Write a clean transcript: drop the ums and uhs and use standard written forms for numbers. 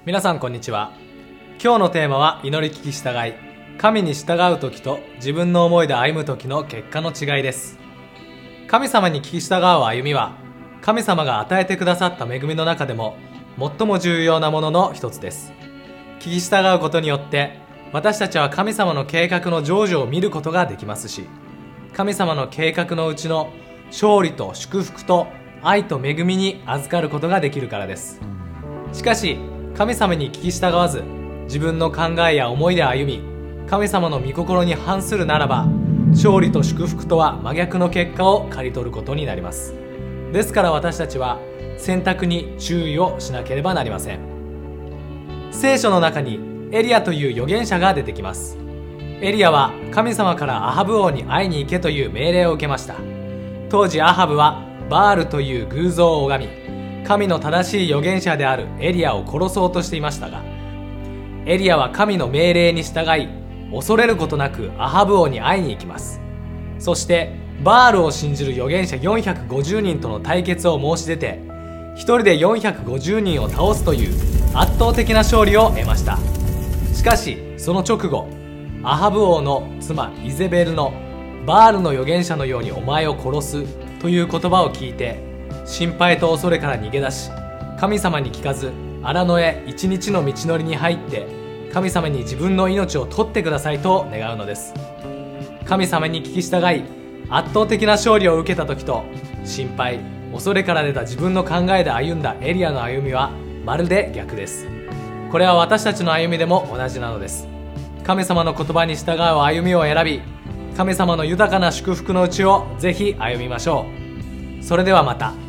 皆さんこんにちは。今日のテーマは祈り聞き従い、神に従う時と自分の思いで歩む時の結果の違いです。神様に聞き従う歩みは、神様が与えてくださった恵みの中でも最も重要なものの一つです。聞き従うことによって私たちは神様の計画の成就を見ることができますし、神様の計画のうちの勝利と祝福と愛と恵みに預かることができるからです。しかし神様に聞き従わず、自分の考えや思いで歩み、神様の御心に反するならば、勝利と祝福とは真逆の結果を刈り取ることになります。ですから私たちは選択に注意をしなければなりません。聖書の中にエリアという預言者が出てきます。エリアは神様からアハブ王に会いに行けという命令を受けました。当時アハブはバールという偶像を拝み、神の正しい預言者であるエリアを殺そうとしていましたが、エリアは神の命令に従い、恐れることなくアハブ王に会いに行きます。そしてバールを信じる預言者450人との対決を申し出て、一人で450人を倒すという圧倒的な勝利を得ました。しかしその直後、アハブ王の妻イゼベルのバールの預言者のようにお前を殺すという言葉を聞いて、心配と恐れから逃げ出し、神様に聞かず荒野へ一日の道のりに入って、神様に自分の命を取ってくださいと願うのです。神様に聞き従い圧倒的な勝利を受けた時と、心配恐れから出た自分の考えで歩んだエリアの歩みはまるで逆です。これは私たちの歩みでも同じなのです。神様の言葉に従う歩みを選び、神様の豊かな祝福のうちをぜひ歩みましょう。それではまた。